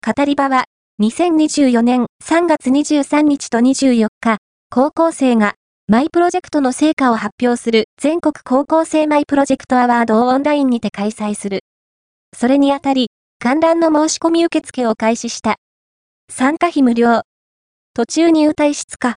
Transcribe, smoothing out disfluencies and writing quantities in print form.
語り場は、2024年3月23日と24日、高校生がマイプロジェクトの成果を発表する全国高校生マイプロジェクトアワードをオンラインにて開催する。それにあたり、観覧の申し込み受付を開始した。参加費無料。途中入退室可。